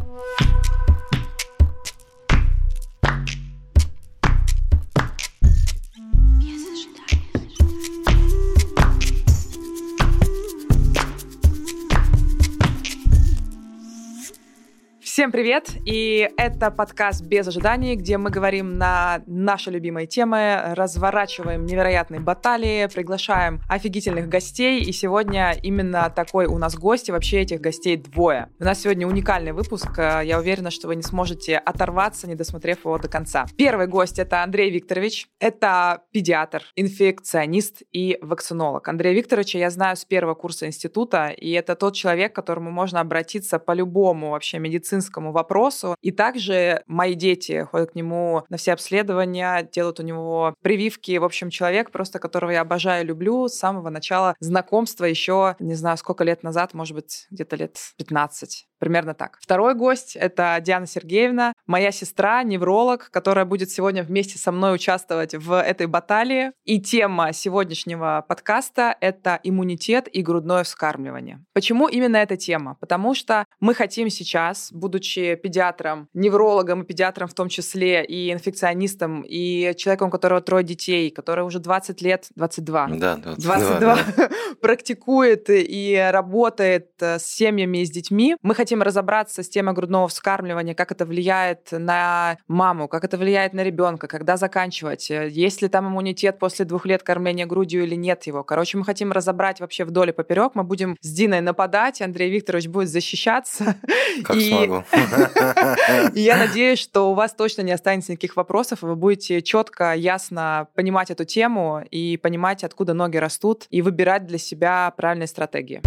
Всем привет! И это подкаст «Без ожиданий», где мы говорим на наши любимые темы, разворачиваем невероятные баталии, приглашаем офигительных гостей. И сегодня именно такой у нас гость, и вообще этих гостей двое. У нас сегодня уникальный выпуск. Я уверена, что вы не сможете оторваться, не досмотрев его до конца. Первый гость — это Андрей Викторович. Это педиатр, инфекционист и вакцинолог. Андрея Викторовича я знаю с первого курса института, и это тот человек, к которому можно обратиться по любому вообще медицинскому вопросу. И также мои дети ходят к нему на все обследования, делают у него прививки. В общем, человек, просто которого я обожаю и люблю с самого начала знакомства еще, не знаю, сколько лет назад, может быть, где-то лет 15. Примерно так. Второй гость — это Диана Сергеевна, моя сестра, невролог, которая будет сегодня вместе со мной участвовать в этой баталии. И тема сегодняшнего подкаста — это иммунитет и грудное вскармливание. Почему именно эта тема? Потому что мы хотим сейчас, будучи педиатром, неврологом и педиатром в том числе, и инфекционистом, и человеком, у которого 3 детей, который уже 20 лет, 22, да, 22 практикует и работает с семьями и с детьми, мы хотим разобраться с темой грудного вскармливания, как это влияет на маму, как это влияет на ребенка, когда заканчивать, есть ли там иммунитет после 2 лет кормления грудью или нет его. Короче, мы хотим разобрать вообще вдоль и поперек. Мы будем с Диной нападать, Андрей Викторович будет защищаться. Как смогу. И я надеюсь, что у вас точно не останется никаких вопросов, и вы будете четко, ясно понимать эту тему и понимать, откуда ноги растут, и выбирать для себя правильные стратегии.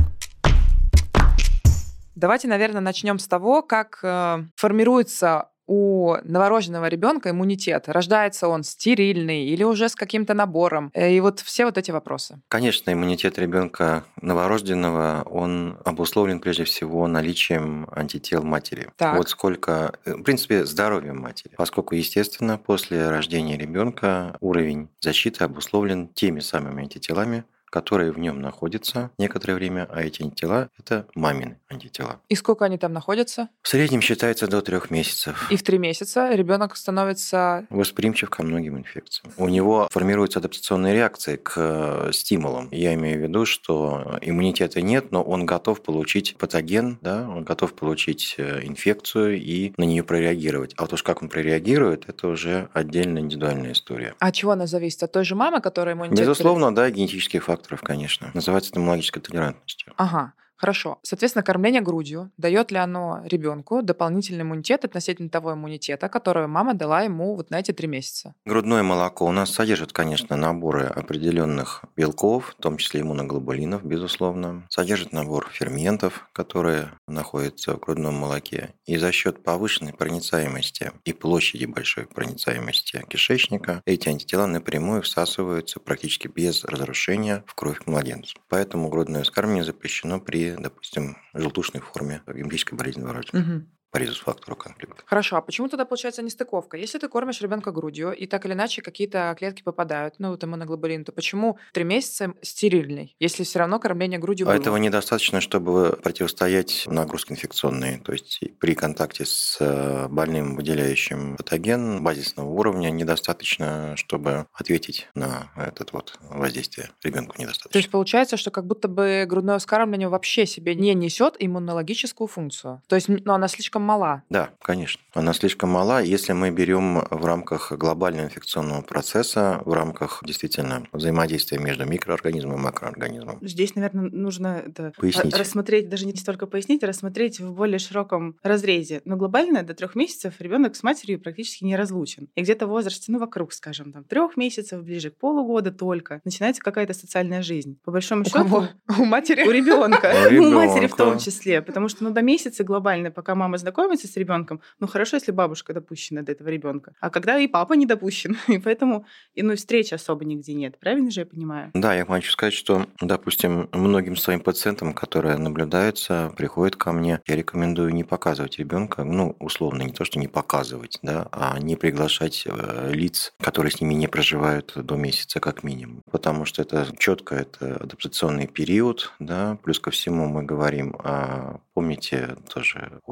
Давайте, наверное, начнем с того, как формируется у новорожденного ребенка иммунитет. Рождается он стерильный или уже с каким-то набором? И вот все вот эти вопросы. Конечно, иммунитет ребенка новорожденного, он обусловлен прежде всего наличием антител матери. Так. Вот сколько, в принципе, здоровьем матери. Поскольку, естественно, после рождения ребенка уровень защиты обусловлен теми самыми антителами, которые в нем находятся некоторое время, а эти антитела – это мамины антитела. И сколько они там находятся? В среднем считается до 3 месяцев. И в 3 месяца ребенок становится восприимчив ко многим инфекциям. У него формируются адаптационные реакции к стимулам. Я имею в виду, что иммунитета нет, но он готов получить патоген, да, он готов получить инфекцию и на нее прореагировать. А вот уж как он прореагирует, это уже отдельная индивидуальная история. А от чего она зависит? От той же мамы, которая иммунитет? Безусловно, да, генетических факторов, конечно. Называется это иммунологической толерантностью. Ага. Хорошо. Соответственно, кормление грудью, дает ли оно ребенку дополнительный иммунитет относительно того иммунитета, который мама дала ему вот на эти 3 месяца? Грудное молоко у нас содержит, конечно, наборы определенных белков, в том числе иммуноглобулинов, безусловно. Содержит набор ферментов, которые находятся в грудном молоке. И за счет повышенной проницаемости и площади большой проницаемости кишечника эти антитела напрямую всасываются практически без разрушения в кровь младенцу. Поэтому грудное вскармливание запрещено при, допустим, желтушной форме геморрагической болезни новорожденных. По резус-фактору конфликта. Хорошо, а почему тогда получается нестыковка? Если ты кормишь ребенка грудью, и так или иначе какие-то клетки попадают, вот иммуноглобулин, то почему 3 месяца стерильный, если все равно кормление грудью было? Этого недостаточно, чтобы противостоять нагрузке инфекционной. То есть при контакте с больным, выделяющим патоген базисного уровня, недостаточно, чтобы ответить на это воздействие. Ребенку недостаточно. То есть получается, что как будто бы грудное вскармливание вообще себе не несет иммунологическую функцию. То есть она слишком мала. Да, конечно. Она слишком мала. Если мы берем в рамках глобального инфекционного процесса, в рамках действительно взаимодействия между микроорганизмом и макроорганизмом. Здесь, наверное, нужно это пояснить. Рассмотреть, даже не столько пояснить, а рассмотреть в более широком разрезе. Но глобально до 3 месяцев ребенок с матерью практически не разлучен. И где-то в возрасте, вокруг, скажем, 3 месяцев, ближе к полугода только, начинается какая-то социальная жизнь. По большому счету. Кого? У матери? У ребенка. У матери в том числе. Потому что до месяца глобально, пока мама знакомится с ребенком, хорошо, если бабушка допущена до этого ребенка. А когда и папа не допущен, и поэтому иной встречи особо нигде нет. Правильно же я понимаю? Да, я хочу сказать, что, допустим, многим своим пациентам, которые наблюдаются, приходят ко мне, я рекомендую не показывать ребенка, условно, не то, что не показывать, да, а не приглашать лиц, которые с ними не проживают до месяца как минимум. Потому что это четко, это адаптационный период, да, плюс ко всему мы говорим о, помните тоже о литературе,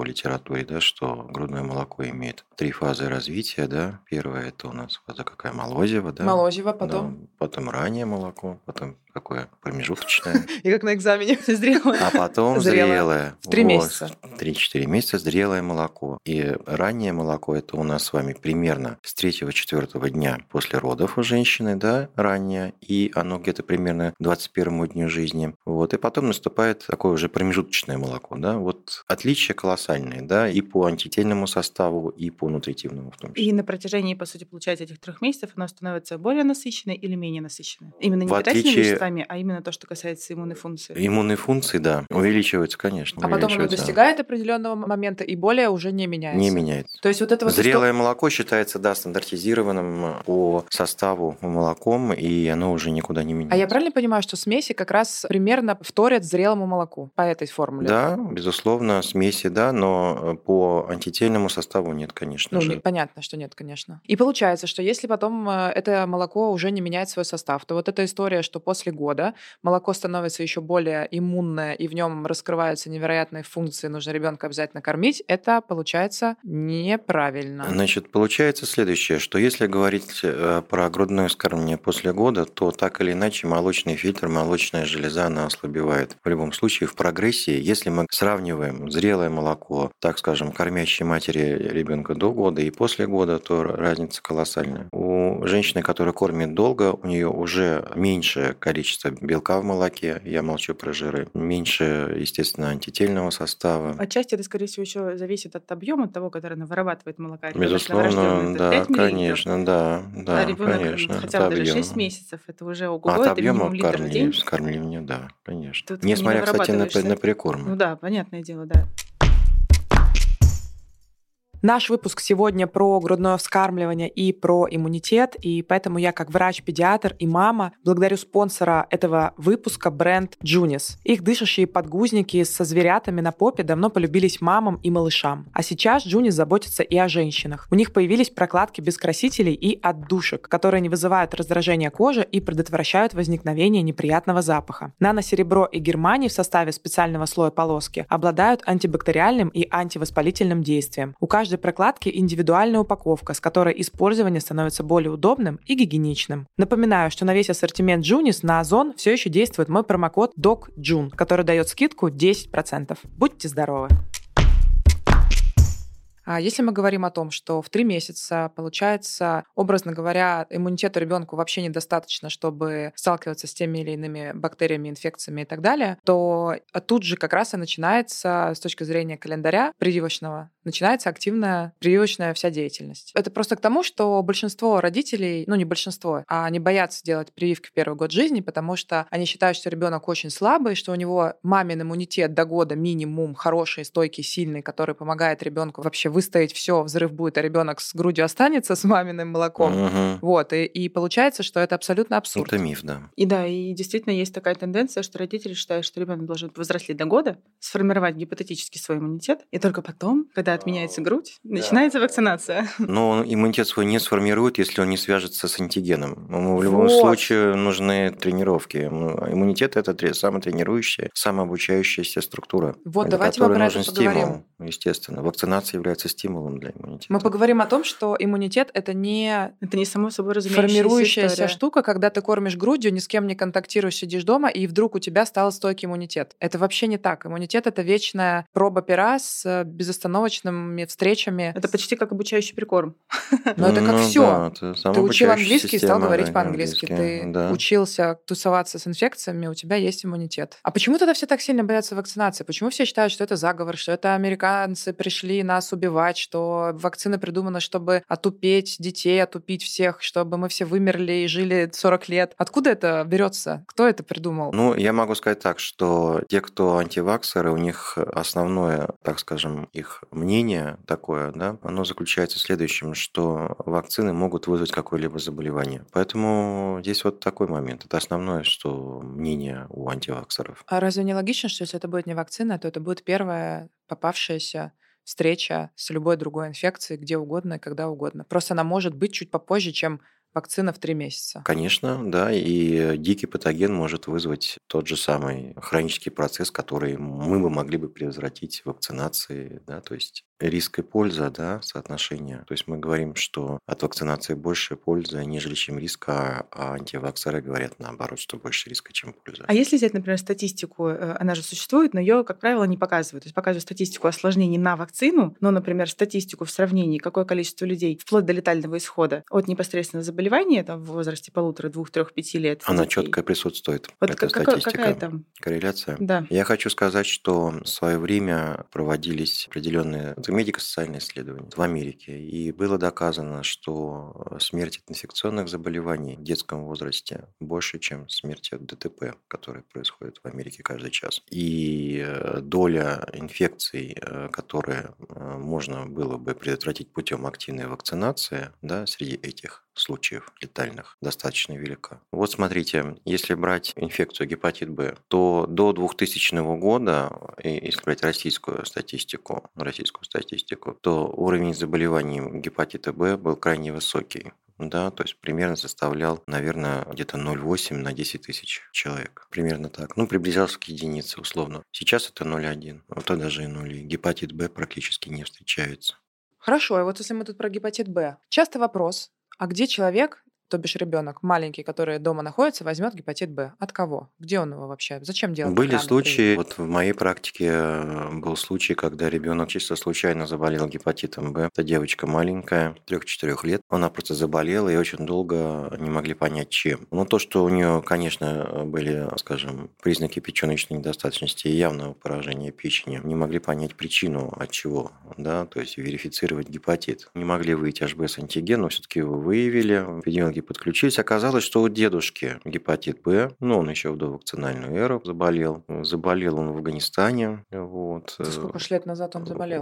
структуре, да, что грудное молоко имеет 3 фазы развития, да. Первая – это у нас фаза какая? Молозиво, да. Молозиво, Да, потом. потом раннее молоко, потом какое? Промежуточное. И как на экзамене. Зрелое. А потом Зрелое. зрелое. В 3 Вот, месяца. 3-4 месяца зрелое молоко. И раннее молоко – это у нас с вами примерно с 3-4 дня после родов у женщины, да, раннее, и оно где-то примерно к 21 дню жизни. Вот, и потом наступает такое уже промежуточное молоко, да. Вот отличия колоссальные, да, и по антительному составу, и по нутритивному в том числе. И на протяжении, по сути, получается, этих 3 месяцев оно становится более насыщенной или менее насыщенной? Именно не В питательными отличие- веществами, а именно то, что касается иммунной функции. Иммунные функции, да, увеличиваются, конечно. А потом оно увеличиваются. достигает определенного момента и более уже не меняется. Не меняется. То есть вот это вот Зрелое молоко считается, да, стандартизированным по составу молоком, и оно уже никуда не меняется. А я правильно понимаю, что смеси как раз примерно вторят зрелому молоку по этой формуле? Да, безусловно, смеси, да, но по антительному составу нет, конечно Ну, же. понятно, что нет, конечно. И получается, что если потом это молоко уже не меняет свой состав, то вот эта история, что после года молоко становится еще более иммунное, и в нем раскрываются невероятные функции, нужно ребенка обязательно кормить, это получается неправильно. Значит, получается следующее, что если говорить про грудное вскармливание после года, то так или иначе молочный фильтр, молочная железа, она ослабевает. В любом случае, в прогрессии, если мы сравниваем зрелое молоко, так скажем, кормящей матери ребенка до года и после года, то разница колоссальная. У женщины, которая кормит долго, у нее уже меньшее количество белка в молоке, я молчу про жиры, меньше, естественно, антительного состава. Отчасти это, скорее всего, еще зависит от объема того, который она вырабатывает молока. Ребенок Безусловно, новорожденный, это да, 5 миллилитров. конечно, да, А ребенок конечно. хотя бы от даже объема. 6 месяцев, это уже ого, От это объема минимум литр в день. вскармливания, да, конечно. Тут не Несмотря, кстати, вырабатываешься. на прикорм. Ну да, понятное дело, да. Наш выпуск сегодня про грудное вскармливание и про иммунитет, и поэтому я как врач-педиатр и мама благодарю спонсора этого выпуска бренд Junis. Их дышащие подгузники со зверятами на попе давно полюбились мамам и малышам. А сейчас Junis заботится и о женщинах. У них появились прокладки без красителей и отдушек, которые не вызывают раздражения кожи и предотвращают возникновение неприятного запаха. Наносеребро и германий в составе специального слоя полоски обладают антибактериальным и антивоспалительным действием. У каждой прокладки индивидуальная упаковка, с которой использование становится более удобным и гигиеничным. Напоминаю, что на весь ассортимент Junis на Озон все еще действует мой промокод DOCJUN, который дает скидку 10%. Будьте здоровы! А если мы говорим о том, что в 3 месяца, получается, образно говоря, иммунитету ребенку вообще недостаточно, чтобы сталкиваться с теми или иными бактериями, инфекциями и так далее, то тут же как раз и начинается, с точки зрения календаря прививочного, начинается активная прививочная вся деятельность. Это просто к тому, что большинство родителей, ну не большинство, а они боятся делать прививки в первый год жизни, потому что они считают, что ребенок очень слабый, что у него мамин иммунитет до года минимум хороший, стойкий, сильный, который помогает ребенку вообще выстоять все, взрыв будет, а ребенок с грудью останется с маминым молоком. Мгм. Вот, и получается, что это абсолютно абсурд. Это миф, да. И да, и действительно есть такая тенденция, что родители считают, что ребенок должен возрослить до года, сформировать гипотетически свой иммунитет, и только потом, когда отменяется грудь, начинается вакцинация. Но он иммунитет свой не сформирует, если он не свяжется с антигеном. Ему в любом Вот. случае нужны тренировки. Иммунитет – это самотренирующая, самообучающаяся структура, Вот, для давайте мы которой про нужен это поговорим. стимул, естественно. Вакцинация является стимулом для иммунитета. Мы поговорим о том, что иммунитет — это не Это не само собой разумеющаяся формирующаяся история. штука, когда ты кормишь грудью, ни с кем не контактируешь, сидишь дома, и вдруг у тебя стал стойкий иммунитет. Это вообще не так. Иммунитет — это вечная проба пера с безостановочными встречами. Это почти как обучающий прикорм. Но это как Ну все. да, это Ты учил самообучающая английский и стал система, говорить да, по-английски. Ты английский, да. учился тусоваться с инфекциями, у тебя есть иммунитет. А почему тогда все так сильно боятся вакцинации? Почему все считают, что это заговор, что это американцы пришли нас убивать, что вакцина придумана, чтобы отупеть детей, отупить всех, чтобы мы все вымерли и жили 40 лет? Откуда это берется? Кто это придумал? Ну, я могу сказать так, что те, кто антиваксеры, у них основное, так скажем, их мнение такое, да, оно заключается в следующем, что вакцины могут вызвать какое-либо заболевание. Поэтому здесь вот такой момент. Это основное, что мнение у антиваксеров. А разве не логично, что если это будет не вакцина, то это будет первая попавшаяся встреча с любой другой инфекцией где угодно и когда угодно? Просто она может быть чуть попозже, чем вакцина в 3 месяца. Конечно, да, и дикий патоген может вызвать тот же самый хронический процесс, который мы бы могли бы предотвратить вакцинацией, да, то есть риск и польза, да, соотношение. То есть мы говорим, что от вакцинации больше пользы, нежели чем риска, а антиваксеры говорят наоборот, что больше риска, чем польза. А если взять, например, статистику, она же существует, но ее, как правило, не показывают. То есть показывают статистику осложнений на вакцину, но, например, статистику в сравнении, какое количество людей вплоть до летального исхода от непосредственного заболевания там, в возрасте 1,5, 2, 3, 5 лет. Она детей. четко присутствует. Вот эта статистика. какая там? Корреляция. Да. Я хочу сказать, что в свое время проводились определенные медико-социальные исследования в Америке, и было доказано, что смерть от инфекционных заболеваний в детском возрасте больше, чем смерть от ДТП, которые происходят в Америке каждый час. И доля инфекций, которые можно было бы предотвратить путем активной вакцинации, да, среди этих случаев летальных достаточно велика. Вот смотрите, если брать инфекцию гепатит Б, то до 2000 года, если брать российскую статистику, то уровень заболеваний гепатита Б был крайне высокий. Да, то есть примерно составлял, наверное, где-то 0,8 на 10 тысяч человек. Примерно так. Ну, приближался к единице, условно. Сейчас это 0,1, а то даже и 0. Гепатит Б практически не встречается. Хорошо, и вот если мы тут про гепатит Б. Часто вопрос, а где человек, то бишь ребенок маленький, который дома находится, возьмет гепатит Б? От кого? Где он его вообще? Зачем делать? Были экранный случаи, прививку? вот в моей практике был случай, когда ребенок чисто случайно заболел гепатитом Б. Это девочка маленькая, 3-4 лет. Она просто заболела и очень долго не могли понять, чем. Но то, что у нее, конечно, были, скажем, признаки печеночной недостаточности и явного поражения печени, не могли понять причину, от чего, да, то есть верифицировать гепатит. Не могли выявить HBs-антиген, но все-таки его выявили. Эпидемиологи подключились. Оказалось, что у дедушки гепатит Б, ну, он еще в довакцинальную эру заболел. Заболел он в Афганистане. Вот. Это сколько ж лет назад он заболел?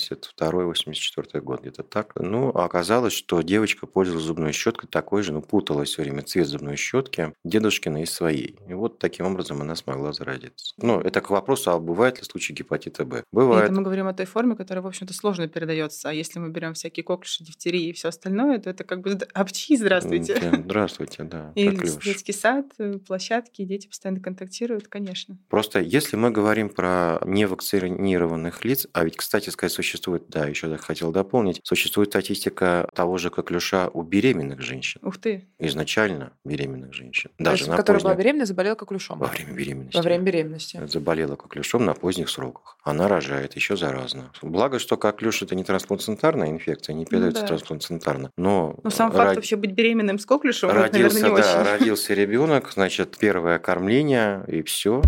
82-84 год, где-то так. Ну, а оказалось, что девочка пользовалась зубной щеткой такой же, ну, путалась все время цвет зубной щетки дедушкиной и своей. И вот таким образом она смогла заразиться. Ну, это к вопросу, а бывает ли случай гепатита Б? И Бывает. это мы говорим о той форме, которая, в общем-то, сложно передается. А если мы берем всякие коклюши, дифтерии и все остальное, то это как бы апчхи, здравствуйте. Здравствуйте, да. И как любишь. детский сад, площадки, дети постоянно контактируют, конечно. Просто если мы говорим про невакцинированных лиц, а ведь, кстати сказать, существует, да, еще хотел дополнить, существует статистика того же коклюша у беременных женщин. Ух ты. Изначально беременных женщин. То Даже есть, на которая была поздних... беременна, заболела коклюшом. Во время беременности. Во время беременности. Заболела коклюшом на поздних сроках. Она рожает еще заразно. Благо, что коклюш – это не трансплацентарная инфекция, не передается да. трансплацентарно. Но сам факт вообще быть беременным с коклюшем, это, наверное, не очень. Родился ребенок, значит, первое кормление, и все.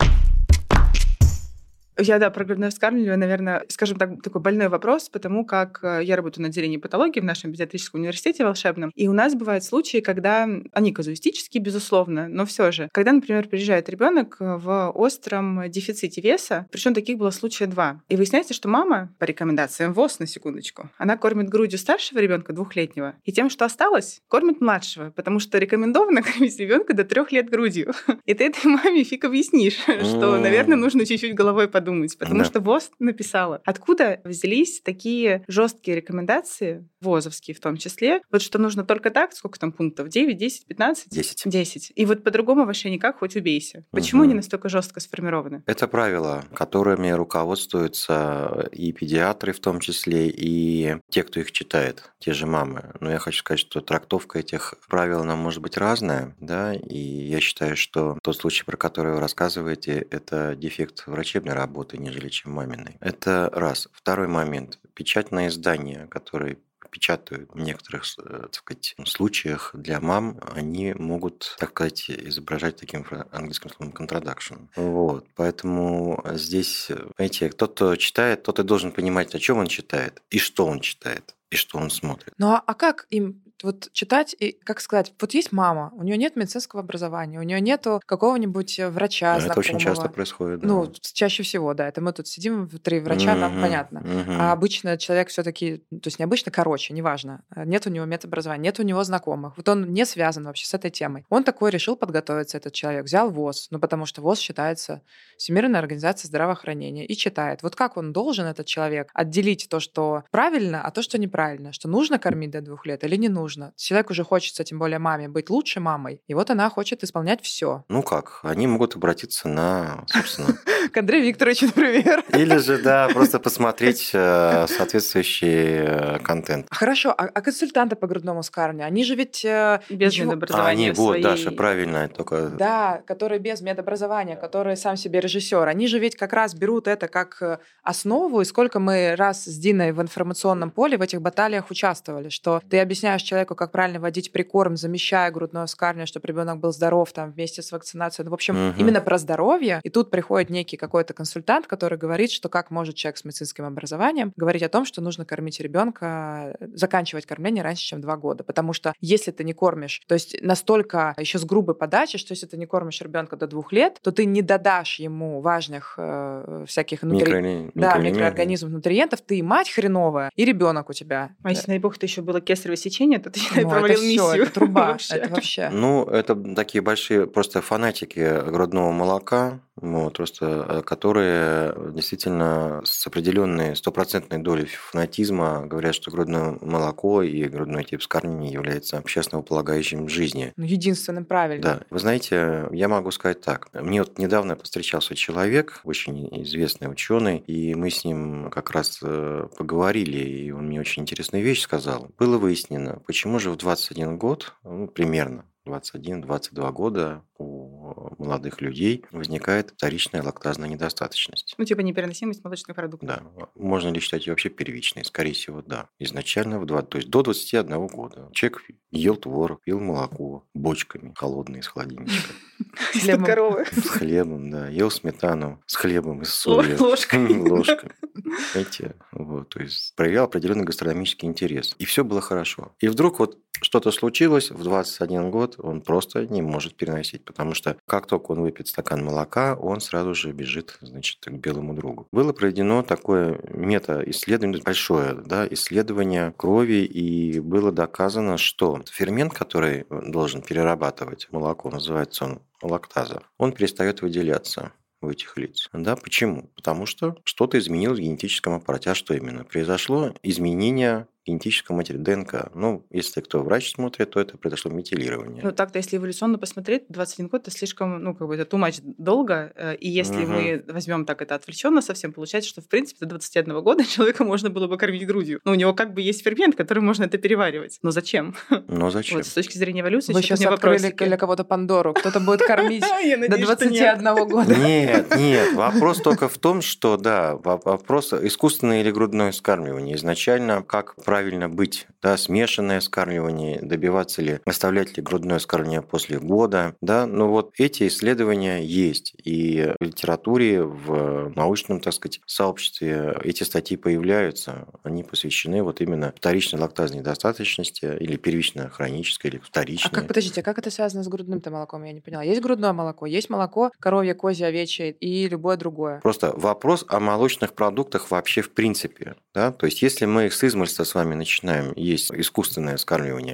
Я, да, про грудное вскармливание, наверное, скажем так, такой больной вопрос, потому как я работаю на отделении патологии в нашем педиатрическом университете волшебном, и у нас бывают случаи, когда они казуистические, безусловно, но все же, когда, например, приезжает ребенок в остром дефиците веса, причем таких было случая 2, и выясняется, что мама, по рекомендациям ВОЗ, на секундочку, она кормит грудью старшего ребенка 2-летнего, и тем, что осталось, кормит младшего, потому что рекомендовано кормить ребенка до 3 лет грудью. И ты этой маме фиг объяснишь, что, наверное, нужно чуть-чуть головой подумать, потому что ВОЗ написала. Откуда взялись такие жесткие рекомендации, ВОЗовские в том числе, вот что нужно только так, сколько там пунктов, 9, 10, 15? 10. И вот по-другому вообще никак, хоть убейся. Почему они настолько жестко сформированы? Это правила, которыми руководствуются и педиатры в том числе, и те, кто их читает, те же мамы. Но я хочу сказать, что трактовка этих правил, она может быть разная, да, и я считаю, что тот случай, про который вы рассказываете, это дефект врачебной работы, нежели чем маминой. Это раз. Второй момент. Печатные издания, которые печатают в некоторых, так сказать, случаях для мам, они могут, так сказать, изображать таким английским словом contradiction. Вот. Поэтому здесь, знаете, тот, кто читает, тот и должен понимать, о чем он читает, и что он читает, и что он смотрит. Ну а как им вот читать и, как сказать, вот есть мама, у нее нет медицинского образования, у нее нету какого-нибудь врача знакомого. Это очень часто происходит. Да. Ну, чаще всего, да. Это мы тут сидим, 3 врача, нам понятно. А обычно человек все-таки, то есть не обычно, короче, неважно. Нет у него медобразования, нет у него знакомых. Вот он не связан вообще с этой темой. Он такой решил подготовиться, этот человек. Взял ВОЗ, ну потому что ВОЗ считается Всемирной организацией здравоохранения, и читает. Вот как он должен, этот человек, отделить то, что правильно, а то, что неправильно? Что нужно кормить до 2 лет или не нужно? нужно. Человеку же хочется, тем более маме, быть лучшей мамой. И вот она хочет исполнять все. Ну как, они могут обратиться на, собственно... К Андрею Викторовичу, например. Или же, да, просто посмотреть соответствующий контент. Хорошо, а консультанты по грудному вскармливанию, они же ведь... Без медобразования Они, вот, своей... Даша, правильно, только... Да, которые без медобразования, которые сам себе режиссер. Они же ведь как раз берут это как основу, и сколько мы раз с Диной в информационном поле в этих баталиях участвовали, что ты объясняешь человеку, как правильно вводить прикорм, замещая грудное вскармливание, чтобы ребенок был здоров там вместе с вакцинацией. Ну, в общем, именно про здоровье. И тут приходит некий какой-то консультант, который говорит, что как может человек с медицинским образованием говорить о том, что нужно кормить ребенка, заканчивать кормление раньше, чем 2 года. Потому что если ты не кормишь, то есть настолько еще с грубой подачей, что если ты не кормишь ребенка до 2 лет, то ты не додашь ему важных всяких микроорганизмов, нутриентов, ты и мать хреновая, и ребенок у тебя. А если, дай бог, это еще было кесарево сечение, то ты провалил это миссию. Это труба. Это вообще. Ну, это такие большие просто фанатики грудного молока, вот, просто которые действительно с определенной стопроцентной долей фанатизма говорят, что грудное молоко и грудной тип вскармливания является общественнополагающим в жизни. Ну, единственным правильным. Да. Вы знаете, я могу сказать так. Мне вот недавно повстречался человек, очень известный ученый, и мы с ним как раз поговорили, и он мне очень интересную вещь сказал. Было выяснено, почему же в 21 год, примерно 21-22 года у молодых людей возникает вторичная лактазная недостаточность. Ну, типа непереносимость молочных продуктов. Да. Можно ли считать ее вообще первичной? Скорее всего, да. Изначально, то есть до 21 года человек ел творог, пил молоко бочками холодные из холодильничка. Из-под коровы. С хлебом, да. Ел сметану с хлебом и с солью. Ложками. Ложками. Понимаете? Вот. То есть проявлял определенный гастрономический интерес. И все было хорошо. И вдруг вот что-то случилось в 21 год, он просто не может переносить, потому что как только он выпьет стакан молока, он сразу же бежит, значит, к белому другу. Было проведено такое мета-исследование, большое, да, исследование крови, и было доказано, что фермент, который должен перерабатывать молоко, называется он лактаза, он перестает выделяться у этих лиц. Да, почему? Потому что что-то изменилось в генетическом аппарате. А что именно? Произошло изменение генетического материала, ДНК. Ну, если кто врач смотрит, то это произошло метилирование. Ну, так-то, если эволюционно посмотреть, 21 год – это слишком, это too much долго. И если мы возьмем так это отвлеченно совсем, получается, что, в принципе, до 21 года человека можно было бы кормить грудью. Но у него как бы есть фермент, который можно это переваривать. Но зачем? Но зачем? Вот, с точки зрения эволюции, вы сейчас открыли для кого-то Пандору. Кто-то будет кормить до 21 года. Нет. Вопрос только в том, что, да, вопрос искусственное или грудное вскармливание. Изначально, как правильно быть, да, смешанное вскармливание, добиваться ли, оставлять ли грудное вскармливание после года, да, но вот эти исследования есть, и в литературе, в научном, так сказать, сообществе эти статьи появляются, они посвящены вот именно вторичной лактазной недостаточности или первично-хронической, или вторичной. Подождите, как это связано с грудным-то молоком? Я не поняла. Есть грудное молоко, есть молоко коровье, козье, овечье и любое другое. Просто вопрос о молочных продуктах вообще в принципе, да, то есть если мы с измольства с вами начинаем есть искусственное вскармливание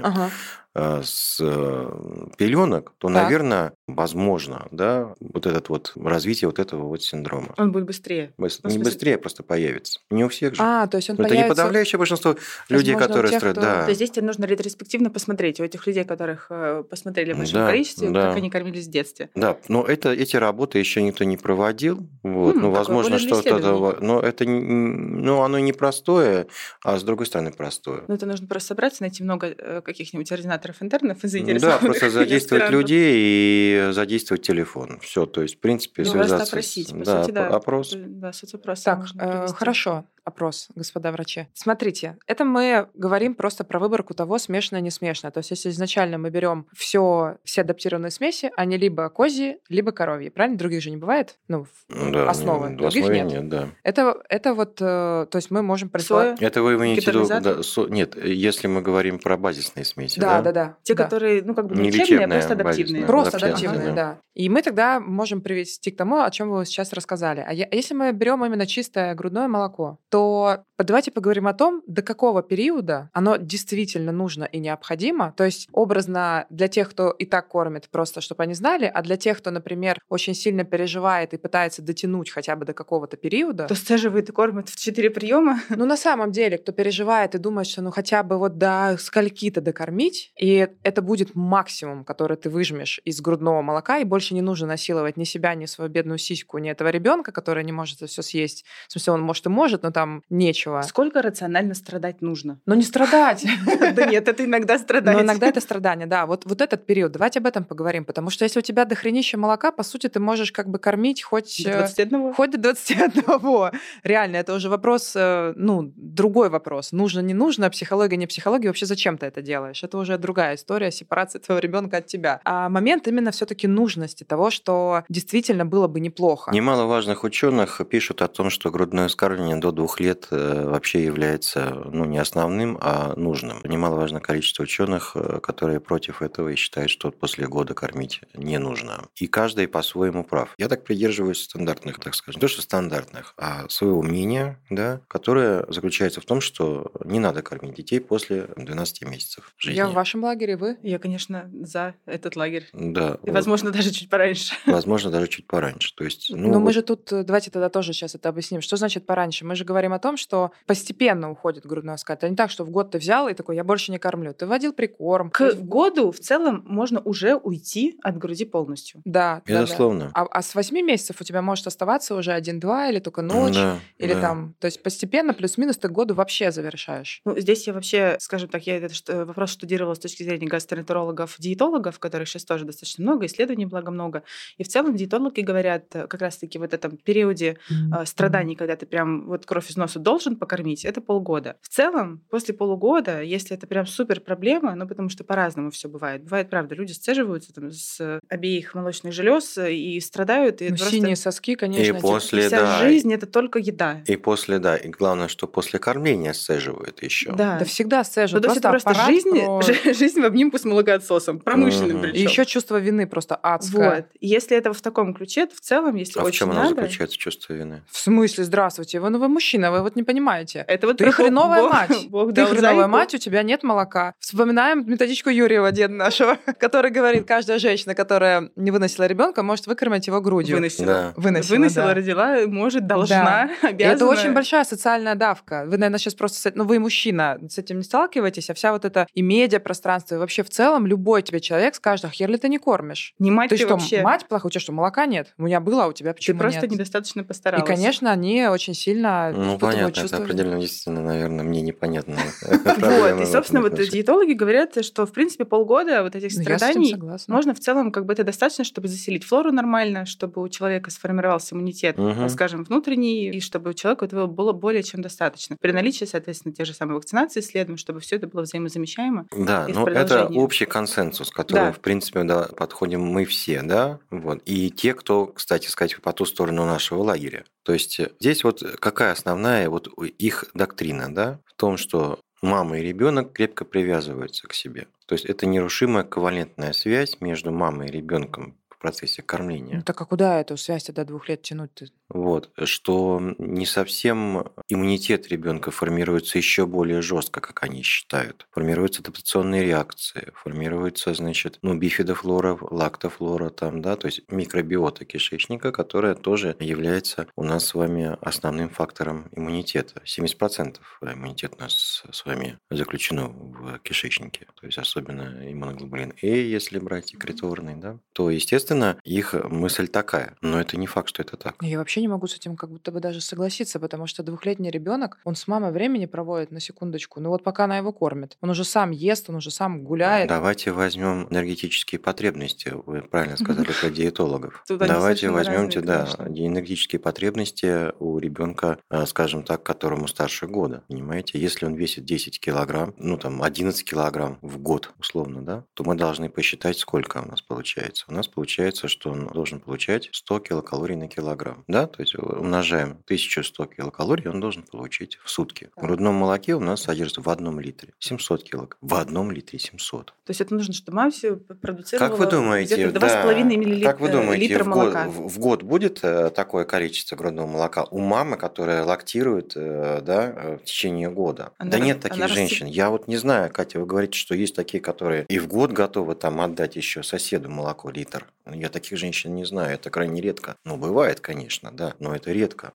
с пеленок, то, наверное, возможно, да, вот это вот развитие вот этого вот синдрома. Он будет быстрее. Не быстрее, просто появится. Не у всех же. То есть он появится... Это не подавляющее большинство людей, которые строят. Да. То есть здесь тебе нужно ретроспективно посмотреть у этих людей, которых посмотрели в большом количестве, как они кормились в детстве. Да, но эти работы еще никто не проводил. Вот. Возможно, что-то... Но это оно непростое, а с другой стороны простое. Это нужно просто собраться, найти много каких-нибудь ординаторов интернов и заинтересованных. Да, просто задействовать людей и задействовать телефон. Все, то есть, в принципе, связаться. Просто опросить, по сути, да. Опрос. Да, соцопрос. Так, хорошо, опрос, господа врачи. Смотрите, это мы говорим просто про выборку того, смешанное, не смешанное. То есть, если изначально мы берем все адаптированные смеси, они либо козьи, либо коровьи. Правильно? Других же не бывает? Основы. Других нет. Да. Это вот, то есть мы можем предположить... Это вы имеете в виду... Нет, если мы говорим про базисные смеси. Да. Те, которые, не лечебные, а просто адаптивные. Просто адаптивные, да. И мы тогда можем привести к тому, о чем вы сейчас рассказали. А если мы берем именно чистое грудное молоко, то давайте поговорим о том, до какого периода оно действительно нужно и необходимо. То есть образно для тех, кто и так кормит, просто чтобы они знали, а для тех, кто, например, очень сильно переживает и пытается дотянуть хотя бы до какого-то периода. То сцеживает и кормит в 4 приема. Ну, на самом деле, кто переживает и думает, что ну хотя бы вот до скольки-то докормить, и это будет максимум, который ты выжмешь из грудного молока, и больше не нужно насиловать ни себя, ни свою бедную сиську, ни этого ребенка, который не может это все съесть. В смысле, он может и может, но там нечего. Сколько рационально страдать нужно? Но не страдать. Да нет, это иногда страдать. Но иногда это страдание, да. Вот этот период, давайте об этом поговорим, потому что если у тебя дохренища молока, по сути, ты можешь как бы кормить хоть... До 21? Хоть до 21. Реально, это уже вопрос, другой вопрос. Нужно, не нужно, психология, не психология. Вообще зачем ты это делаешь? Это уже другая история, сепарация твоего ребенка от тебя. А момент именно все-таки нужности того, что действительно было бы неплохо. Немало важных ученых пишут о том, что грудное вскармливание до 2 лет вообще является не основным, а нужным. Немаловажное количество ученых, которые против этого и считают, что после года кормить не нужно. И каждый по-своему прав. Я так придерживаюсь стандартных, так скажем, не то что стандартных, а своего мнения, да, которое заключается в том, что не надо кормить детей после 12 месяцев жизни. Я в вашем лагере, вы? Я, конечно, за этот лагерь. Да. И, возможно, даже чуть пораньше. Возможно, даже чуть пораньше. То есть, Но мы же тут, давайте тогда тоже сейчас это объясним. Что значит пораньше? Мы же говорим о том, что постепенно уходит грудное вскармливание. Это не так, что в год ты взял и такой, я больше не кормлю. Ты вводил прикорм. К году в целом можно уже уйти от груди полностью. Да. Безусловно. Да. А с 8 месяцев у тебя может оставаться уже 1-2 или только ночь, да, или да. там... То есть постепенно плюс-минус ты к году вообще завершаешь. Ну, здесь я вообще, скажем так, я этот вопрос штудировала с точки зрения гастроэнтерологов, диетологов, которых сейчас тоже достаточно много, исследований благо много. И в целом диетологи говорят как раз-таки вот в этом периоде страданий, когда ты прям вот кровь из носа должен покормить, это полгода. В целом, после полугода, если это прям супер проблема, потому что по-разному все бывает. Бывает, правда, люди сцеживаются там с обеих молочных желез и страдают. И синие соски, конечно. И после, вся жизнь это только еда. И после, да. И главное, что после кормления сцеживают еще. Да всегда сцеживают. То есть это просто жизнь в обнимку с молокоотсосом, промышленным причем. И еще чувство вины просто адское. Вот. Если это в таком ключе, то в целом, если очень в чем надо... оно заключается, чувство вины? В смысле, здравствуйте, вы мужчина, вы вот не понимаете. Это вот ты хреновая мать. Бог ты хреновая мать, у тебя нет молока. Вспоминаем методичку Юрьева, деда нашего, который говорит, каждая женщина, которая не выносила ребенка, может выкормить его грудью. Выносила, да. родила, может, должна, обязана. И это очень большая социальная давка. Вы, наверное, сейчас просто... вы мужчина, с этим не сталкиваетесь, а вся вот эта и медиапространство, и вообще в целом любой тебе человек скажет, херли ты не кормишь. Не мать ты что, вообще. Мать плохая? У тебя что, молока нет? У меня было, а у тебя почему нет? Ты просто недостаточно постаралась. И, конечно, они очень сильно понятно, чувство... это определенно действительно, наверное, мне непонятно. Вот, и, собственно, вот диетологи говорят, что, в принципе, полгода вот этих страданий можно в целом, это достаточно, чтобы заселить флору нормально, чтобы у человека сформировался иммунитет, скажем, внутренний, и чтобы у человека этого было более чем достаточно. При наличии, соответственно, тех же самых вакцинаций следуем, чтобы все это было взаимозамещаемо. Да, но это общий консенсус, к которому, в принципе, подходим мы все, да, вот. И те, кто, кстати сказать, по ту сторону нашего лагеря. То есть здесь вот какая основная вот их доктрина, да, в том, что мама и ребенок крепко привязываются к себе. То есть это нерушимая ковалентная связь между мамой и ребенком в процессе кормления. Ну так а куда эту связь до 2 лет тянуть-то? Вот, что не совсем иммунитет ребенка формируется еще более жестко, как они считают. Формируются адаптационные реакции, формируется, бифидофлора, лактофлора, то есть микробиота кишечника, которая тоже является у нас с вами основным фактором иммунитета. 70% иммунитет у нас с вами заключено в кишечнике, то есть особенно иммуноглобулин А, если брать секреторный, да, то, естественно, их мысль такая, но это не факт, что это так. Я вообще не могу с этим как будто бы даже согласиться, потому что 2-летний ребенок, он с мамой времени проводит на секундочку, вот пока она его кормит. Он уже сам ест, он уже сам гуляет. Давайте возьмем энергетические потребности. Вы правильно сказали про диетологов. Тут давайте возьмемте, энергетические потребности у ребенка, скажем так, которому старше года. Понимаете, если он весит 10 килограмм, 11 килограмм в год, условно, да, то мы должны посчитать, сколько у нас получается. У нас получается, что он должен получать 100 килокалорий на килограмм. Да? да, то есть умножаем 1100 килокалорий, он должен получить в сутки. В грудном молоке у нас содержится в 1 литре 700 килокалорий. В 1 литре 700. То есть это нужно, чтобы мама все продуцировала Как вы думаете, где-то 2,5 как вы думаете, литра молока. в год будет такое количество грудного молока у мамы, которая лактирует в течение года? Нет таких женщин. Я вот не знаю, Катя, вы говорите, что есть такие, которые и в год готовы там отдать еще соседу молоко литр. Я таких женщин не знаю, это крайне редко. Бывает, конечно, да, но это редко.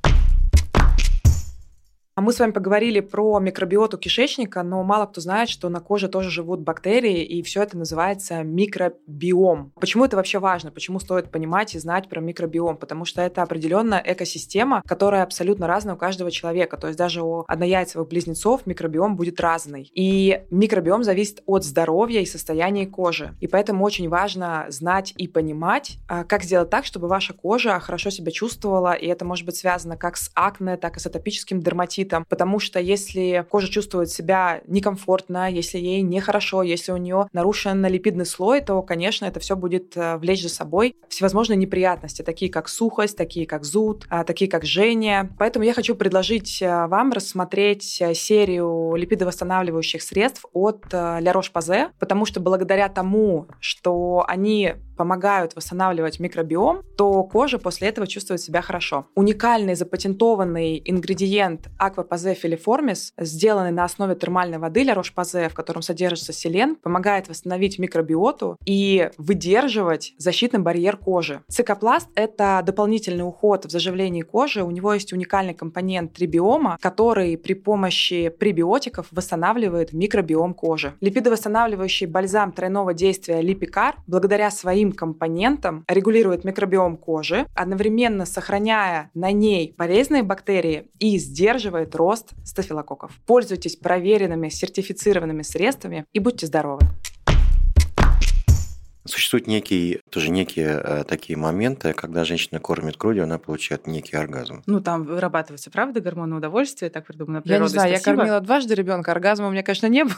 Мы с вами поговорили про микробиоту кишечника, но мало кто знает, что на коже тоже живут бактерии, и все это называется микробиом. Почему это вообще важно? Почему стоит понимать и знать про микробиом? Потому что это определенная экосистема, которая абсолютно разная у каждого человека. То есть даже у однояйцевых близнецов микробиом будет разный. И микробиом зависит от здоровья и состояния кожи. И поэтому очень важно знать и понимать, как сделать так, чтобы ваша кожа хорошо себя чувствовала, и это может быть связано как с акне, так и с атопическим дерматитом. Потому что если кожа чувствует себя некомфортно, если ей нехорошо, если у нее нарушен липидный слой, то, конечно, это все будет влечь за собой всевозможные неприятности, такие как сухость, такие как зуд, такие как жжение. Поэтому я хочу предложить вам рассмотреть серию липидовосстанавливающих средств от La Roche-Posay, потому что благодаря тому, что они помогают восстанавливать микробиом, то кожа после этого чувствует себя хорошо. Уникальный запатентованный ингредиент Aquaposay Filiformis, сделанный на основе термальной воды La Roche-Posay, в котором содержится селен, помогает восстановить микробиоту и выдерживать защитный барьер кожи. Цикопласт — это дополнительный уход в заживлении кожи. У него есть уникальный компонент трибиома, который при помощи пребиотиков восстанавливает микробиом кожи. Липидовосстанавливающий бальзам тройного действия Lipikar благодаря своим компонентам регулирует микробиом кожи, одновременно сохраняя на ней полезные бактерии и сдерживает рост стафилококков. Пользуйтесь проверенными, сертифицированными средствами и будьте здоровы. Существуют некие такие моменты, когда женщина кормит грудью, она получает некий оргазм. Там вырабатывается, правда, гормоны удовольствия, так придумано природой. Я не знаю, спасибо. Я кормила дважды ребенка, оргазма у меня, конечно, не было.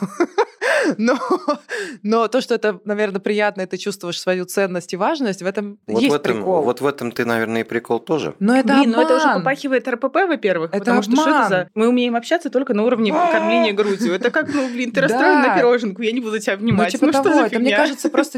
Но то, что это, наверное, приятно, и ты чувствуешь свою ценность и важность, в этом есть прикол. Вот в этом ты, наверное, и прикол тоже. Но это обман. Это уже попахивает РПП, во-первых. Это потому обман. Что это за... Мы умеем общаться только на уровне кормления грудью. Это как, ты расстроен на пироженку, я не буду тебя обнимать. Что за фигня? Мне кажется, просто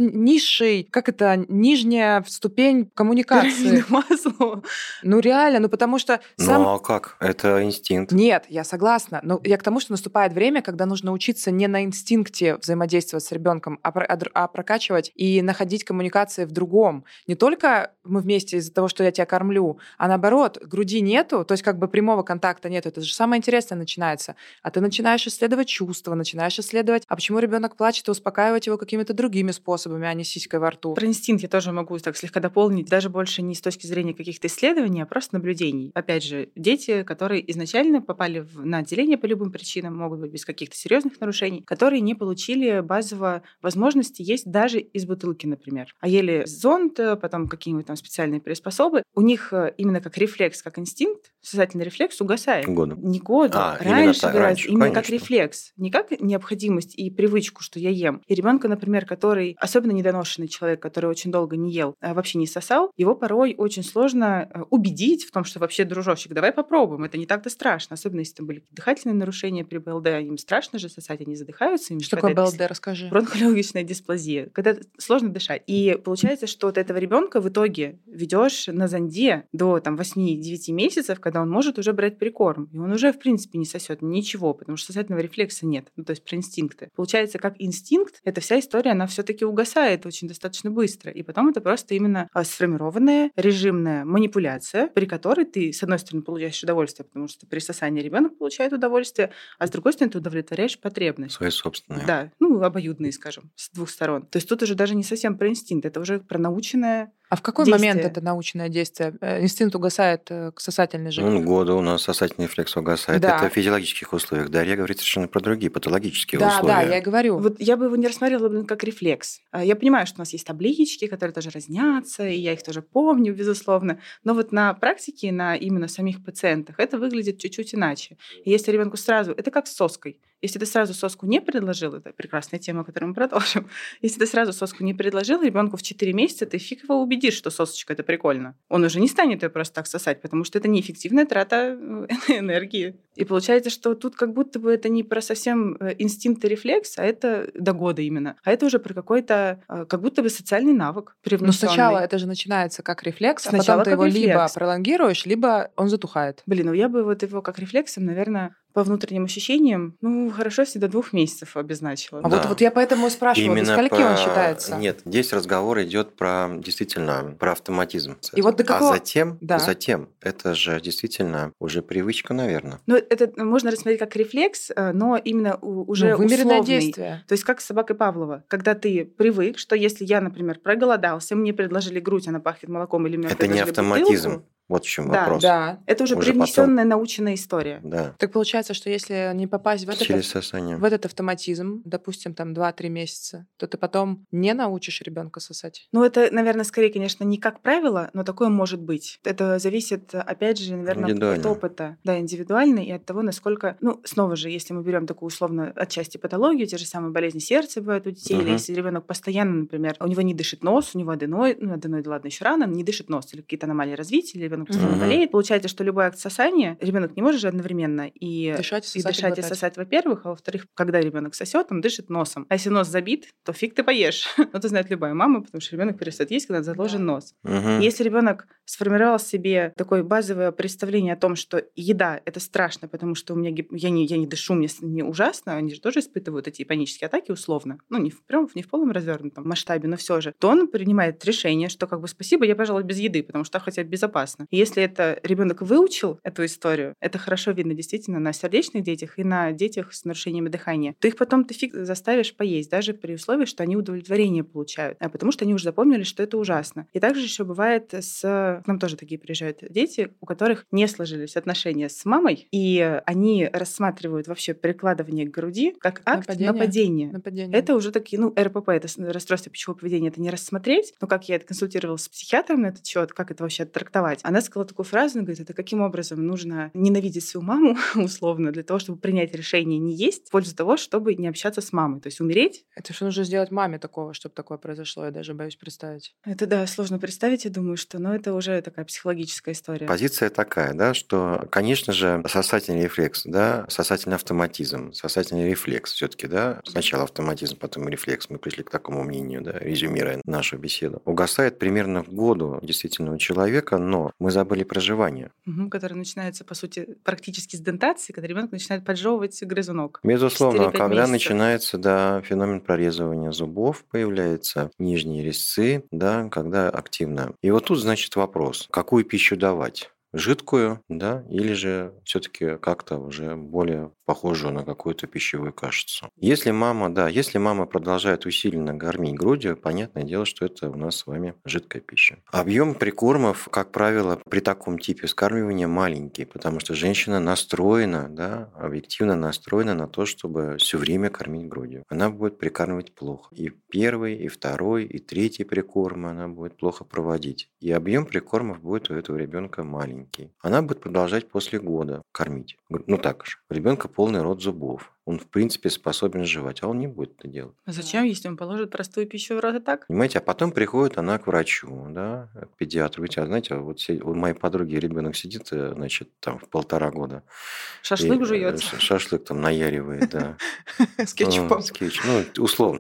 нижняя ступень коммуникации. Масло. Реально, потому что... А как? Это инстинкт. Нет, я согласна. Но я к тому, что наступает время, когда нужно учиться не на инстинкте взаимодействовать с ребенком, а прокачивать и находить коммуникации в другом. Не только мы вместе из-за того, что я тебя кормлю, а наоборот, груди нету, то есть прямого контакта нету. Это же самое интересное начинается. А ты начинаешь исследовать чувства, начинаешь исследовать, а почему ребенок плачет, и успокаивать его какими-то другими способами, а не сиськой во рту. Про инстинкт я тоже могу так слегка дополнить, даже больше не с точки зрения каких-то исследований, а просто наблюдений. Опять же, дети, которые изначально попали на отделение по любым причинам, могут быть без каких-то серьезных нарушений, которые не получили базово возможности есть даже из бутылки, например. А ели зонд, потом какие-нибудь там специальные приспособы. У них именно как рефлекс, как инстинкт, сосательный рефлекс угасает. Не году. Раньше именно как рефлекс. Не как необходимость и привычку, что я ем. И ребенка, например, который, особенно недоношенный человек, который очень долго не ел, вообще не сосал, его порой очень сложно убедить в том, что вообще, дружочек, давай попробуем. Это не так-то страшно. Особенно если там были дыхательные нарушения при БЛД. Им страшно же сосать, они задыхаются. Что такое БЛД, расскажи. Бронхолегочная дисплазия, когда сложно дышать. И получается, что от этого ребенка в итоге ведешь на зонде до 8-9 месяцев, когда он может уже брать прикорм. И он уже, в принципе, не сосет ничего, потому что сосательного рефлекса нет. То есть про инстинкты. Получается, как инстинкт, эта вся история, она все-таки угасает очень достаточно быстро. И потом это просто именно сформированная режимная манипуляция, при которой ты, с одной стороны, получаешь удовольствие, потому что при сосании ребенок получает удовольствие, а с другой стороны, ты удовлетворяешь потребность. Свои собственные. Да, обоюдные, скажем, с двух сторон. То есть тут уже даже не совсем про инстинкт, это уже про наученное А в какой действие. Момент это научное действие? Инстинкт угасает к сосательной железе? Года у нас сосательный рефлекс угасает. Да. Это в физиологических условиях. Дарья говорит совершенно про другие патологические условия. условия. Да, я и говорю. Вот я бы его не рассматривала как рефлекс. Я понимаю, что у нас есть таблички, которые тоже разнятся, и я их тоже помню, безусловно. Но вот на практике, на именно самих пациентах, это выглядит чуть-чуть иначе. И если ребенку сразу... Это как с соской. Если ты сразу соску не предложил, это прекрасная тема, которую мы продолжим. Если ты сразу соску не предложил, ребенку в 4 месяца ты фиг его убедишь, убедишь, что сосочка – это прикольно. Он уже не станет ее просто так сосать, потому что это неэффективная трата энергии. И получается, что тут как будто бы это не про совсем инстинкт и рефлекс, а это до года именно. А это уже про какой-то, как будто бы социальный навык привнесенный. Но сначала это же начинается как рефлекс, Сначала а потом ты как его рефлекс. либо пролонгируешь, либо он затухает. Ну я бы вот его как рефлексом, наверное, по внутренним ощущениям, хорошо, если до 2 месяцев обозначила. А Да. вот я поэтому и спрашивала, до скольки он считается? Нет, здесь разговор идет про действительно про автоматизм. И вот до какого... затем это же действительно уже привычка, наверное. Это можно рассмотреть как рефлекс, но именно уже вымеренное условный. действие. То есть как с собакой Павлова. Когда ты привык, что если я, например, проголодался, мне предложили грудь, она пахнет молоком, или мне это не автоматизм. Бутылку, вот в чем вопрос. Да, это уже привнесенная наученная история. Да. Так получается, что если не попасть в этот автоматизм, допустим, там 2-3 месяца, то ты потом не научишь ребенка сосать? Это, наверное, скорее, конечно, не как правило, но такое может быть. Это зависит, опять же, наверное, от опыта. Да, индивидуально и от того, насколько... снова же, если мы берем такую условно отчасти патологию, те же самые болезни сердца бывают у детей, или если ребенок постоянно, например, у него не дышит нос, у него аденоид, ладно, еще рано, не дышит нос, или какие-то аномалии развития, или ребенок постоянно болеет. Получается, что любой акт сосания ребенок не может же одновременно и дышать, и сосать, во-первых, а во-вторых, когда ребенок сосет, он дышит носом. А если нос забит, то фиг ты поешь. Это знает любая мама, потому что ребенок перестает есть, когда заложен нос. Если ребенок сформировал себе такое базовое представление о том, что еда это страшно, потому что у меня я не дышу, мне ужасно, они же тоже испытывают эти панические атаки условно, не в полном развернутом масштабе, но все же, то он принимает решение, что спасибо, я, пожалуй, без еды, потому что хотя бы безопасно. И если это ребенок выучил эту историю, это хорошо видно действительно на сердечных детях и на детях с нарушениями дыхания, то их потом ты фиг заставишь поесть, даже при условии, что они удовлетворение получают, потому что они уже запомнили, что это ужасно. И также еще бывает к нам тоже такие приезжают дети, у которых не сложились отношения с мамой, и они рассматривают вообще прикладывание к груди как акт нападения. Это уже такие, РПП, это расстройство пищевого поведения, это не рассмотреть, но как я это консультировалась с психиатром на этот счет, как это вообще трактовать. Она сказала такую фразу, она говорит, это каким образом нужно ненавидеть свою маму, условно, для того, чтобы принять решение не есть, в пользу того, чтобы не общаться с мамой, то есть умереть. Это что нужно сделать маме такого, чтобы такое произошло, я даже боюсь представить. Это, да, сложно представить, я думаю, что, это уже такая психологическая история. Позиция такая, да, что, конечно же, сосательный рефлекс, да, сосательный автоматизм, сосательный рефлекс все-таки, да, сначала автоматизм, потом рефлекс, мы пришли к такому мнению, да, резюмируя нашу беседу, угасает примерно к году действительно у человека, но мы забыли проживание. Который начинается, по сути, практически с дентации, когда ребенок начинает поджевывать грызунок. Безусловно, когда начинается, да, феномен прорезывания зубов, появляются нижние резцы, да, когда активно. И вот тут, значит, вопрос, какую пищу давать? Жидкую, да, или же все-таки как-то уже более похожую на какую-то пищевую кашицу. Если мама продолжает усиленно кормить грудью, понятное дело, что это у нас с вами жидкая пища. Объем прикормов, как правило, при таком типе вскармливания маленький, потому что женщина настроена, да, объективно настроена на то, чтобы все время кормить грудью. Она будет прикармливать плохо. И первый, и второй, и третий прикорм она будет плохо проводить. И объем прикормов будет у этого ребенка маленький. Она будет продолжать после года кормить. Так же. У ребенка полный рот зубов. Он, в принципе, способен жевать, а он не будет это делать. А зачем, если он положит простую пищу в рот и так? Понимаете, а потом приходит она к врачу, да, к педиатру. Знаете, у моей подруги ребенок сидит, значит, там в 1,5 года. Шашлык жует. Шашлык там наяривает, да. С кетчупом. Условно.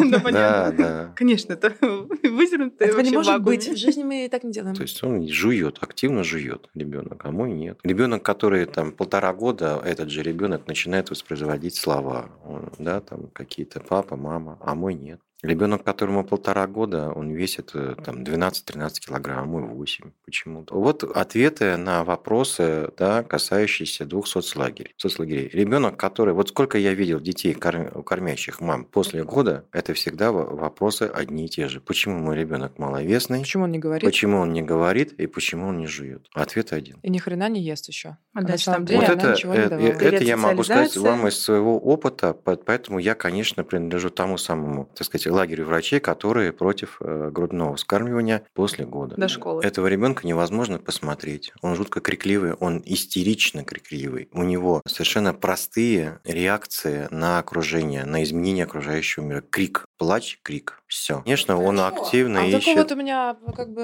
Да. Конечно, это вызернутое. Этого не может быть. В жизни мы и так не делаем. То есть он жует, активно жует ребенок, а мой нет. Ребенок, который там 1,5 года, этот же ребенок начинает воспроизводить слова, да, там какие-то папа, мама, а мой нет. Ребенок, которому 1,5 года, он весит там 12-13 килограмм, а мой 8 почему-то. Вот ответы на вопросы, да, касающиеся 2 соцлагерей. Ребенок, который... Вот сколько я видел детей, кормящих мам после года, это всегда вопросы одни и те же. Почему мой ребенок маловесный? Почему он не говорит? Почему он не говорит и почему он не жует? Ответ один. И ни хрена не ест еще. На самом деле она ничего не давала. Это я могу сказать вам из своего опыта, поэтому я, конечно, принадлежу тому самому, так сказать, лагерю врачей, которые против грудного вскармливания после года. До школы. Этого ребенка невозможно посмотреть. Он жутко крикливый, он истерично крикливый. У него совершенно простые реакции на окружение, на изменения окружающего мира. Крик, плач, крик. Все. Конечно, он активно такой ищет. вот у меня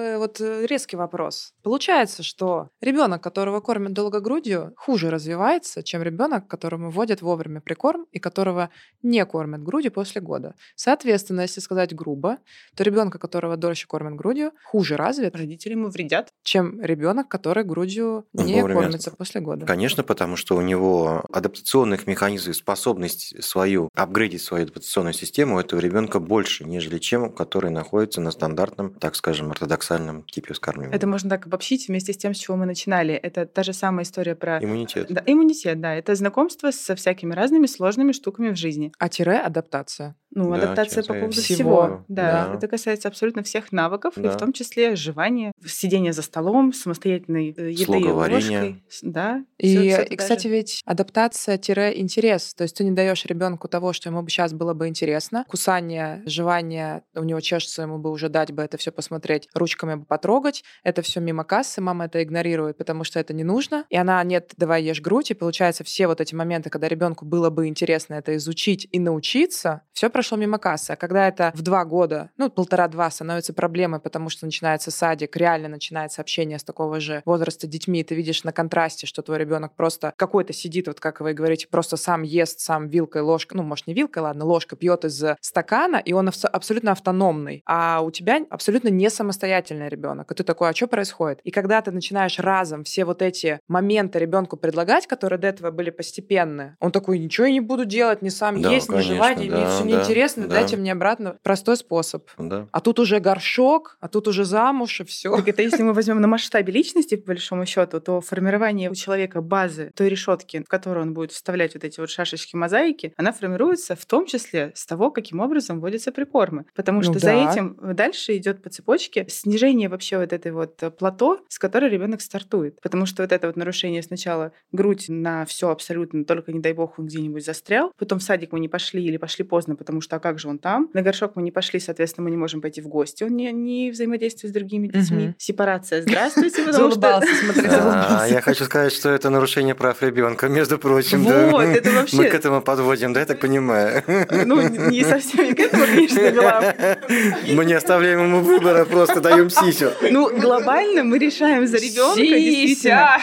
резкий вопрос. Получается, что ребенок, которого кормят долго грудью, хуже развивается, чем ребенок, которому вводят вовремя прикорм и которого не кормят грудью после года. Соответственно, если сказать грубо, то ребенка, которого дольше кормят грудью, хуже развит, Родители ему вредят. чем ребенок, который грудью не Вовремя. кормится после года. Конечно, потому что у него адаптационных механизмов, способность апгрейдить свою адаптационную систему у этого ребенка больше, нежели чем, который находится на стандартном, так скажем, ортодоксальном типе вскармливания. Это можно так обобщить вместе с тем, с чего мы начинали. Это та же самая история про... Иммунитет. Да, иммунитет, да. Это знакомство со всякими разными сложными штуками в жизни. Адаптация. Ну, Да, адаптация по поводу всего. всего. Да. Да. Это касается абсолютно всех навыков, и Да. в том числе жевания, сидения за столом, самостоятельной еды Слоговарения. ложкой. Да. И, кстати, ведь адаптация-интерес. То есть ты не даешь ребенку того, что ему бы сейчас было бы интересно. Кусание, жевание, у него чешется, ему бы уже дать бы это все посмотреть, ручками бы потрогать. Это все мимо кассы, мама это игнорирует, потому что это не нужно. И она: нет, давай ешь грудь. И получается, все вот эти моменты, когда ребенку было бы интересно это изучить и научиться, все прошло мимо кассы. А когда это в 2 года, 1,5-2, становится проблемой, потому что начинается садик, реально начинается общение с такого же возраста детьми, и ты видишь на контрасте, что твой ребенок просто какой-то сидит, вот как вы говорите, просто сам ест, сам вилкой, ложкой, может, не вилкой, ладно, ложкой пьет из стакана, и он абсолютно автономный. А у тебя абсолютно не самостоятельный ребенок. И ты такой: а что происходит? И когда ты начинаешь разом все вот эти моменты ребенку предлагать, которые до этого были постепенные, он такой: ничего я не буду делать, не сам Да, есть, не конечно, жевать, и мне да, все да, неинтересно, да. дайте мне обратно. Простой способ. Да. А тут уже горшок, а тут уже замуж, и все. Так это если мы возьмем на масштабе личности, по большому счету, то формирование у человека базы той решетки, в которую он будет вставлять вот эти вот шашечки мозаики, она формируется в том числе с того, каким образом вводятся прикормы. Потому что за этим дальше идет по цепочке снижение вообще вот этой вот плато, с которой ребенок стартует. Потому что вот это вот нарушение сначала грудь на все абсолютно, только не дай бог он где-нибудь застрял, потом в садик мы не пошли или пошли поздно, потому что а как же он там? На горшок мы не пошли, соответственно, мы не можем пойти в гости, он не взаимодействует с другими детьми. Сепарация. Здравствуйте, потому что... Заулыбался, смотри, заулыбался. Я хочу сказать, что это нарушение прав ребенка, между прочим. Вот, это вообще... Мы к этому подводим, да, я так понимаю? Ну, не совсем не к этому, конечно, вела. Мы не оставляем ему выбора, просто даем сисю. Ну, глобально мы решаем за ребенка, действительно.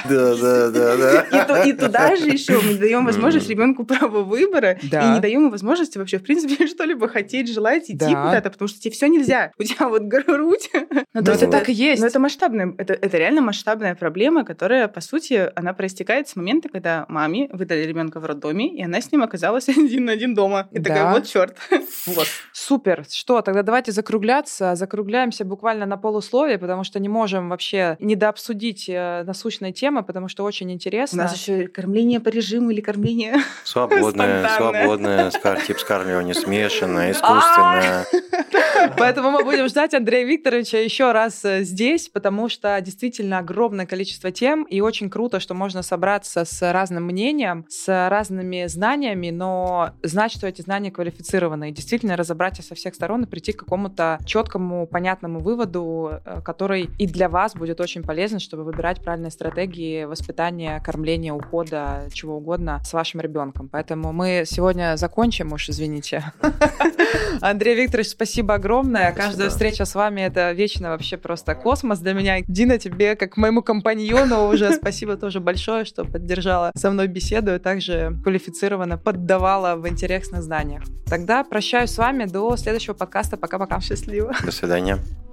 Да. И туда же еще мы даем возможность ребенку право выбора и Да. не даем ему возможности вообще, в принципе, что-либо хотеть, желать, идти куда-то, потому что тебе все нельзя. У тебя вот грудь. Ну, то есть это так и есть. Но это масштабная, это реально масштабная проблема, которая, по сути, она проистекает с момента, когда маме выдали ребенка в роддоме, и она с ним оказалась 1 на 1 дома. И такая: вот черт. Вот. Супер. Что, тогда давайте закругляться. Закругляемся буквально на полусловие, потому что не можем вообще недообсудить насущные темы, потому что очень У интересно. нас еще кормление по режиму или кормление Свободное тип скармливания, смешанное, искусственное. Поэтому мы будем ждать Андрея Викторовича еще раз здесь, потому что действительно огромное количество тем, и очень круто, что можно собраться с разным мнением, с разными знаниями, но знать, что эти знания квалифицированы, и действительно разобрать их со всех сторон и прийти к какому-то четкому, понятному выводу, который и для вас будет очень полезен, чтобы выбирать правильные стратегии воспитания, кормления, ухода, чего угодно с вашим ребенком. Поэтому мы сегодня закончим, уж извините. Андрей Викторович, спасибо огромное. Каждая встреча с вами — это вечно вообще просто космос для меня. Дина, тебе, как моему компаньону, уже спасибо тоже большое, что поддержала со мной беседу и также квалифицированно поддавала в интересных знаниях. Тогда прощаюсь с вами до следующего подкаста. Пока-пока. Счастливо. До свидания.